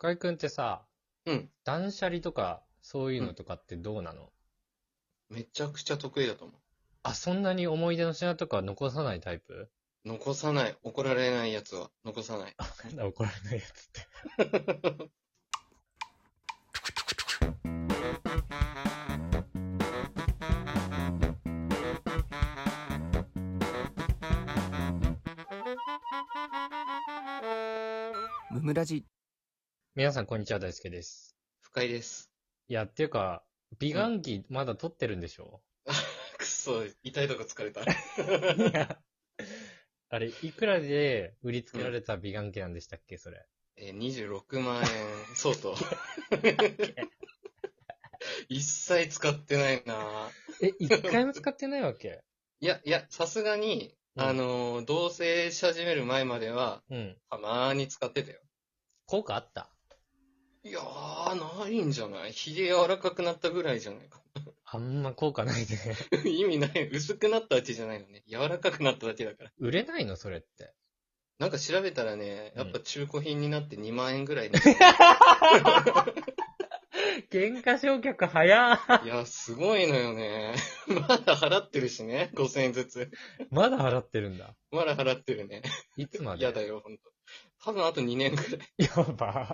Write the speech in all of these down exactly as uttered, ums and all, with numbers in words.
深井くんってさ、 うん。 断捨離とか、そういうのとかってどうなの？ めちゃくちゃ得意だと思あ、そんなに思い出の品とか残さないタイプ？ う。残さない。怒られないやつは残さない。 なんだ怒られないやつって。 ムムラジ。 皆さんこんにちは、大輔です。 不快です。 いや、っていうか、美顔器まだ取ってるんでしょ？ くっそ、痛いとこ疲れた。 いや、あれ、いくらで売りつけられた美顔器なんでしたっけ、それ。 えー、にじゅうろくまんえん相当。一切使ってないなえ、一回も使ってないわけ？ いや、いや、さすがに、 うんあのー同棲し始める前までは、 うん。 たまーに使ってたよ。 効果あった？ いやー、ないんじゃない？ひげ柔らかくなったぐらいじゃないか。 あんま効果ないね。 意味ない。薄くなったわけじゃないのね。柔らかくなっただけだから。 売れないのそれって。 なんか調べたらね、やっぱ中古品になってにまん円ぐらいに。 原価償却早ー。 いや、すごいのよね。まだ払ってるしね。ごせんえんずつ。 まだ払ってるんだ。 まだ払ってるね。 いつまで？ 嫌だよ、ほんと。多分あとにねんぐらい。 やば。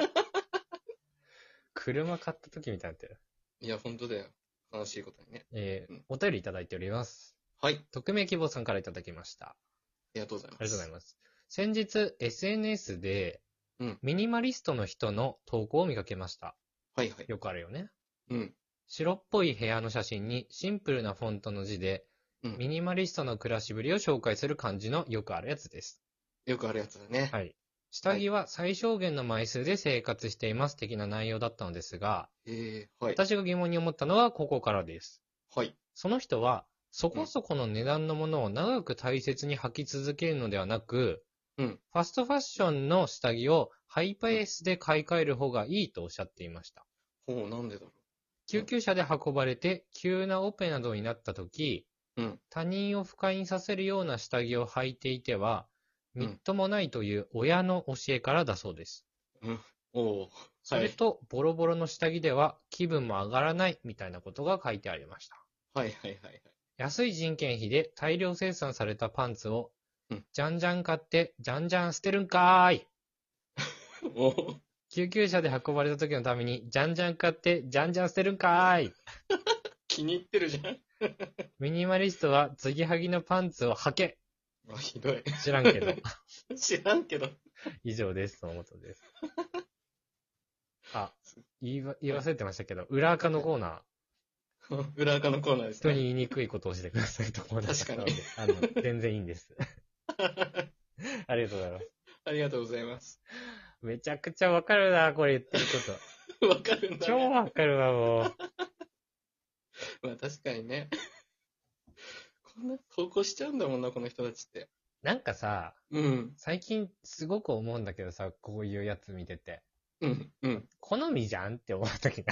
車買った時みたいになってる。 いや、ほんとだよ。悲しいことにね。 えーうんお便りいただいております。 はい。あ匿名希望さんからいただきました。 りがとうございます。 ありがとうございます。先日 エスエヌエス で、 うんミニマリストの人の投稿を見かけました。 はいはい。 よくあるよね。 うん。 白っぽい部屋の写真にシンプルなフォントの字で、 うん。 ミニマリストの暮らしぶりを紹介する感じのよくあるやつです。 よくあるやつだね。 はい。下着は最小限の枚数で生活しています的な内容だったのですが、 えー、はい。 私が疑問に思ったのはここからです。 はい。 その人は、そこそこの値段のものを長く大切に履き続けるのではなく、 うんファストファッションの下着をハイペースで買い替える方がいいとおっしゃっていました。 ほう、なんでだろ救急車で運ばれて急なオペなどになった時、 う。うん。 他人を不快にさせるような下着を履いていては、 うんみっともないという親の教えからだそうです。 うん。おー。 それと、ボロボロの下着では気分も上がらないみたいなことが書いてありました。 はいはいはいはい。 安い人件費で大量生産されたパンツをうん、 じゃんじゃん買って、じゃんじゃん捨てるんかーい。 おー。 救急車で運ばれた時のために、じゃんじゃん買って、じゃんじゃん捨てるんかーい。 気に入ってるじゃん。 ミニマリストは継ぎはぎのパンツを履け。 あ、ひどい。 知らんけど。 知らんけど。 以上です。そのもとです。あ、言いわ言い忘れてましたけど、裏垢のコーナー、 裏垢のコーナーですね。 人に言いにくいことをしてくださいと思いましたので、あの、全然いいんです。ありがとうございます。 ありがとうございます。 めちゃくちゃわかるな、これ言ってるこわかるんと。 だ、ね。 超わかるわ、もう。 まあ確かにね。こんな投稿しちゃうんだもんな、この人たちって。 なんかさ、 うん。 最近すごく思うんだけどさ、こういうやつ見てて。 うん。うん。 好みじゃんって思うときない。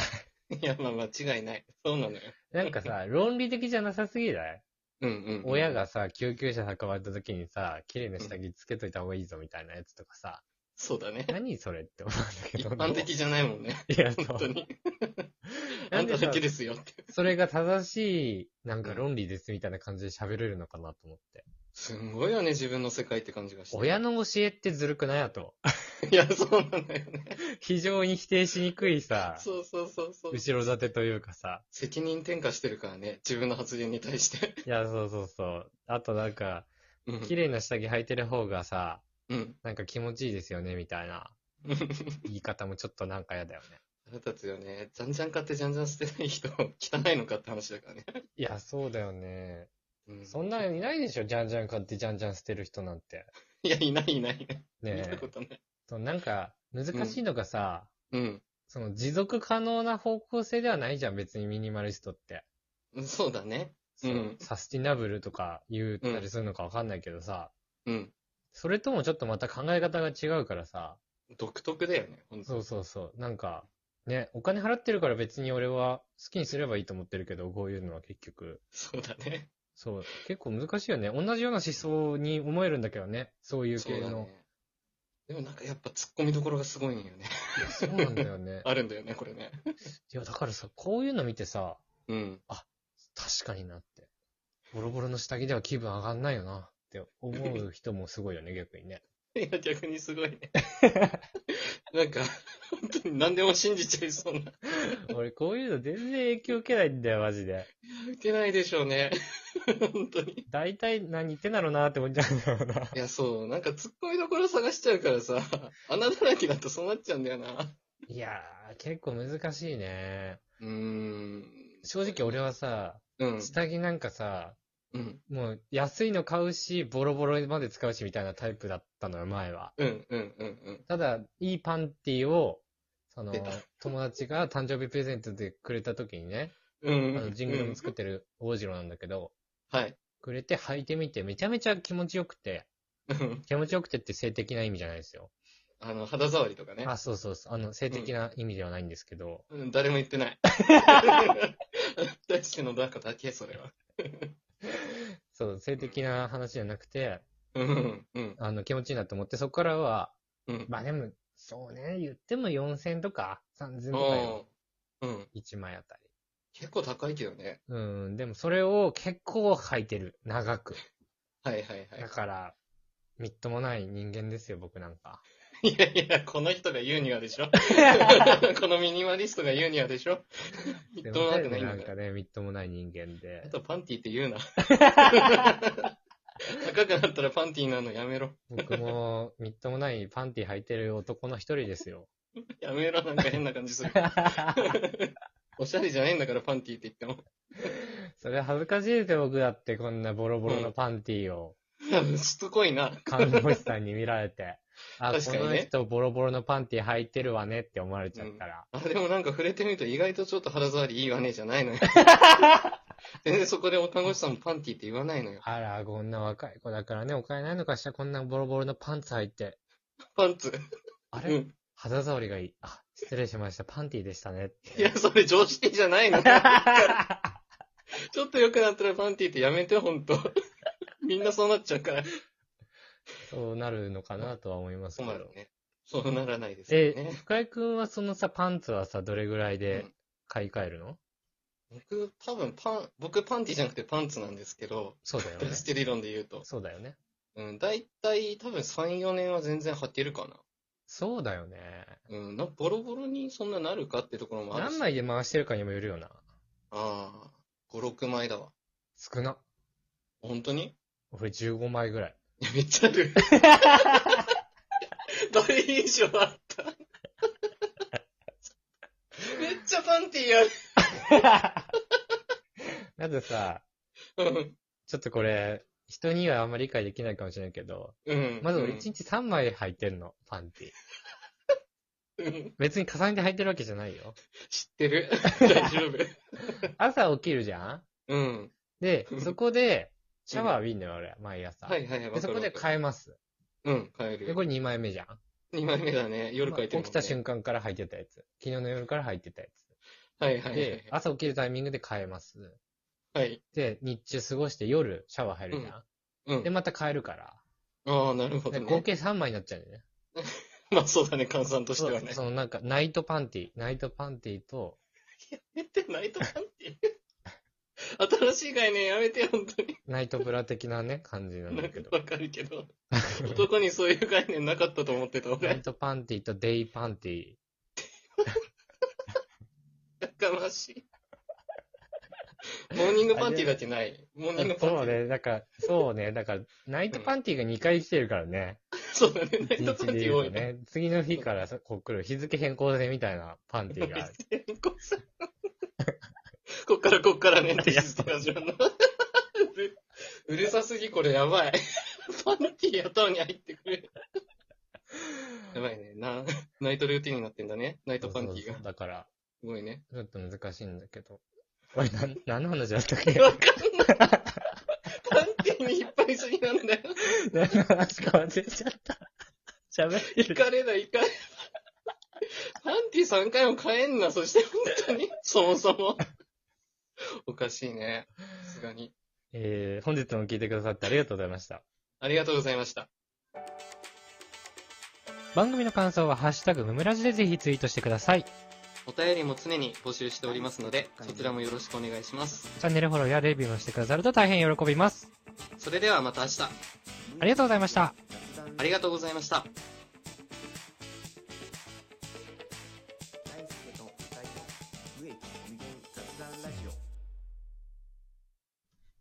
いや、まあ間違いない。そうなのよ。 なんかさ、論理的じゃなさすぎない？ うんうん、うん。 親がさ、救急車運ばれた時にさ、綺麗な下着つけといた方がいいぞみたいなやつとかさ、 そうだね。 何それって思うんだけ一ど。 般的じゃないもんね。 いや、そう。 本当に。 なんでさあんただけですよって。 それが正しい、なんか論理ですみたいな感じで喋れるのかなと思って。 すんごいよね、自分の世界って感じがして。 親の教えってずるくない？あと。 いや、そうなんだよね。 非常に否定しにくいさ、 そうそうそうそう。 後ろ盾というかさ。 責任転嫁してるからね、自分の発言に対して。 いや、そうそうそう。あとなんか、 うん。 綺麗な下着履いてる方がさ、 うん。 なんか気持ちいいですよね、みたいな言い方もちょっとなんか嫌だよね。 腹立つよね。じゃんじゃん買ってじゃんじゃん捨てない人、汚いのかって話だからね。 いや、そうだよね。 うん、 そんなのいないでしょ、じゃんじゃん買ってじゃんじゃん捨てる人なんて。 いや、いないいないいない。 ねえ見たことない。 そう。なんか、難しいのがさ、 うん。 その持続可能な方向性ではないじゃん、別にミニマリストって。 そうだね。 そう、 うんサスティナブルとか言ったりするのかわかんないけどさ、 うん。 それともちょっとまた考え方が違うからさ、 独特だよね、ほんと。 そうそうそう。なんか、ね、お金払ってるから別に俺は好きにすればいいと思ってるけど、こういうのは結局。 そうだね。 そう。結構難しいよね。同じような思想に思えるんだけどね。そういう系の。 そうだね。 でもなんかやっぱ突っ込みどころがすごいんよね。 いや、そうなんだよね。 あるんだよね、これね。 いや、だからさ、こういうの見てさ、 うん。 確かになって。ボロボロの下着では気分上がんないよなって思う人もすごいよね、逆にね。 いや、逆にすごいね。なんか、本当に何でも信じちゃいそうな。 俺、こういうの全然影響受けないんだよ、マジで。 受けないでしょうね。本当に。 大体何言ってんだろうなって思っちゃうんだよな。 いや、そう。なんか突っ込みどころ探しちゃうからさ、穴だらけだとそうなっちゃうんだよな。 いやー、結構難しいね。 うーん。 正直俺はさ、 うん。 下着なんかさ、 うん。 もう安いの買うし、ボロボロまで使うしみたいなタイプだったのよ、前は。 うん。うん。うん。うん。 ただ、いいパンティを、その出た、 友達が誕生日プレゼントでくれた時にね、 うん。 あの、ジングルも作ってる大次郎なんだけど、 はい。 くれて履いてみてめちゃめちゃ気持ちよくて、 うん気持ちよくてって性的な意味じゃないですよ。 あの、肌触りとかね。 あ、そうそうそう。あの、性的な意味ではないんですけど、 うん、誰も言ってない。大好きの中だけ、それは。 そう、性的な話じゃなくて、 うん。うん。 あの、気持ちいいなと思って、そこからは、 うん。 まあでも、そうね、言ってもよんせんとかさんぜんとかよ。 うん。 いちまいあたり。 結構高いけどね。 うん、でもそれを結構履いてる。長く。 はいはいはいだ。から、みっともない人間ですよ、僕なんか。 いやいや、この人が言うにはでしょこのミニマリストが言うにはでしょみっともなくないんだから。 なんかね、みっともない人間であ。とパンティって言うな。高くなったらパンティーなのやめろ。 僕も、みっともないパンティ履いてる男の一人ですよ。 やめろ、なんか変な感じする。おしゃれじゃないんだからパンティーって言っても。 それ恥ずかしいですよ、僕だってこんなボロボロのパンティを。 しつこいな。 看護師さんに見られて。あ、 確かにねこの人ボロボロのパンティ履いてるわねって思われちゃったら。 あ、でもなんか触れてみると意外とちょっと肌触りいいわねじゃないのよ。全然そこでお看護師さんもパンティーって言わないのよ。 あら、こんな若い子だからね、お金ないのかしら、こんなボロボロのパンツ履いて。 パンツ。 あれ、 うん。 肌触りがいい。あ、失礼しました。パンティでしたねって。 いや、それ常識じゃないの。ちょっと良くなったらパンティーってやめて、ほんと。みんなそうなっちゃうから。 そうなるのかなとは思いますけど。 そうなるね。そうならないですよえ、 ね。 深井くんはそのさ、パンツはさ、どれぐらいでうん買い替えるの？ 僕、多分パン、僕パンティじゃなくてパンツなんですけど、 そうだよね。 捨て理論で言うと。 そうだよね。 うん、だいたい多分さん、よねんは全然履けるかな。 そうだよね。 うん、なボロボロにそんななるかってところもあるし。 何枚で回してるかにもよるよな。 ああ、ご、ろくまいだわ。 少な。 本当に俺じゅうごまいぐらい。 いやめっちゃある。大印象あった。めっちゃパンティーある。 まずさ、 うんちょっとこれ、人にはあんまり理解できないかもしれないけど、 うん。 まず俺いちにちさんまい履いてんの、パンティ。 うん別に重ねて履いてるわけじゃないよ。 知ってる。大丈夫。 朝起きるじゃんうん。 で、そこで、シャワー浴びんのよ、俺、毎朝。 はいはいはい。 で、そこでえ変えます。 うん、変えるで、 よ。 これにまいめじゃん。 にまいめだね。夜変えてるもんね。 起きた瞬間から履いてたやつ。昨日の夜から履いてたやはいはいつ。 はい。 で、朝起きるタイミングで変えます。 はい。 で、日中過ごして夜シャワー入るじゃん。 うんで、。また変えるから。 ああ、なるほでどね。 合計さんまいになっちゃうんだよね。 まあそうだね、換算としてはね。 そうそのなんか、ナイトパンティ、ナイトパンティと、 やめて、ナイトパンティ。新しい概念やめて、本当に。 ナイトブラ的なね、感じなんだけど。 わかるけど。男にそういう概念なかったと思ってた、 ナイ俺。 トパンティとデイパンティ。 やかましい。モーニングパンティだけない。モーニングパンティ。 そうね、だから、そうね、だから、ナイトパンティがにかい来てるからね。 そうだね、ナイ一トパンテ日でィ多いね。 言うとね。次の日からさこう来る日付変更線みたいなパンティがある。 こっからこっからねって言って始まるの。うるさすぎ、これやばい。パンティ頭に入ってくる。やばいね。な、ナイトルーティンになってんだね。ナイトパンティがそうそうそう。だから、 すごいね。 ちょっと難しいんだけど。これ、なん、何の話だったっけ？ わかんない。パンティに引っ張りすぎなんだよ。 何の話か忘れちゃった。喋ってる。 イカれだ、イカれ。パンティさんかいも買えんな、そして本当に。そもそも。おかしいね。さすがに。 えー、本日も聞いてくださってありがとうございました。 ありがとうございました。 番組の感想はハッシュタグムムラジでぜひツイートしてください。 お便りも常に募集しておりますので、そちらもよろしくお願いします。 チャンネルフォローやレビューもしてくださると大変喜びます。 それではまた明日。 ありがとうございました。 ありがとうございました。 大輔と二人の無益無限雑談ラジオ。